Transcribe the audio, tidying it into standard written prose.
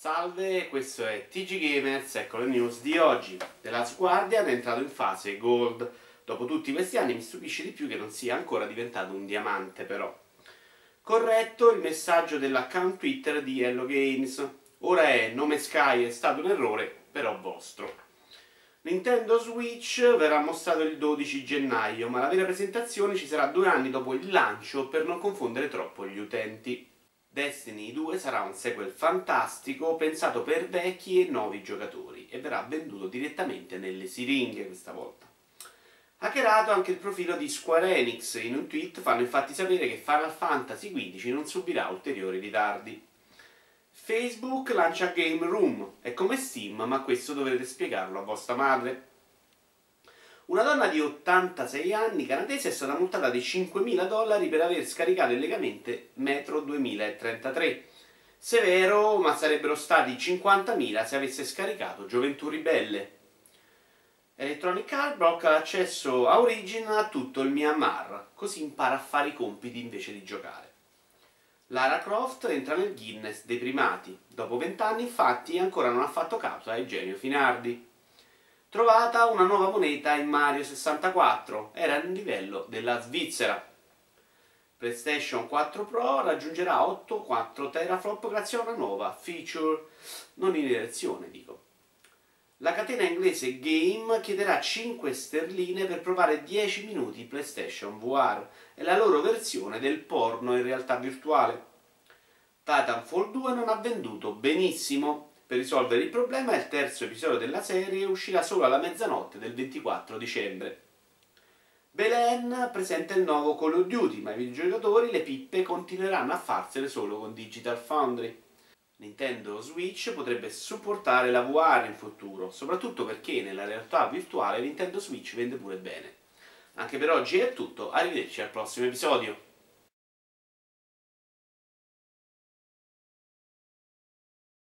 Salve, questo è TG Gamers, ecco le news di oggi. The Last Guardian è entrato in fase Gold. Dopo tutti questi anni mi stupisce di più che non sia ancora diventato un diamante però. Corretto il messaggio dell'account Twitter di Hello Games. Ora è nome Sky, è stato un errore, però vostro. Nintendo Switch verrà mostrato il 12 gennaio, ma la vera presentazione ci sarà 2 anni dopo il lancio per non confondere troppo gli utenti. Destiny 2 sarà un sequel fantastico pensato per vecchi e nuovi giocatori e verrà venduto direttamente nelle siringhe questa volta. Hackerato anche il profilo di Square Enix, in un tweet fanno infatti sapere che Final Fantasy XV non subirà ulteriori ritardi. Facebook lancia Game Room, è come Steam, ma questo dovrete spiegarlo a vostra madre. Una donna di 86 anni canadese è stata multata di $5.000 per aver scaricato illegalmente Metro 2033. Severo, ma sarebbero stati 50.000 se avesse scaricato Gioventù Ribelle. Electronic Arts blocca l'accesso a Origin a tutto il Myanmar, così impara a fare i compiti invece di giocare. Lara Croft entra nel Guinness dei primati. Dopo 20 anni, infatti, ancora non ha fatto caso a Eugenio Finardi. Trovata una nuova moneta in Mario 64, era il livello della Svizzera. PlayStation 4 Pro raggiungerà 8,4 teraflop grazie a una nuova feature, non in erezione dico. La catena inglese Game chiederà 5 sterline per provare 10 minuti PlayStation VR, è la loro versione del porno in realtà virtuale. Titanfall 2 non ha venduto benissimo. Per risolvere il problema il terzo episodio della serie uscirà solo alla mezzanotte del 24 dicembre. Belen presenta il nuovo Call of Duty, ma i videogiocatori le pippe continueranno a farsele solo con Digital Foundry. Nintendo Switch potrebbe supportare la VR in futuro, soprattutto perché nella realtà virtuale Nintendo Switch vende pure bene. Anche per oggi è tutto, arrivederci al prossimo episodio.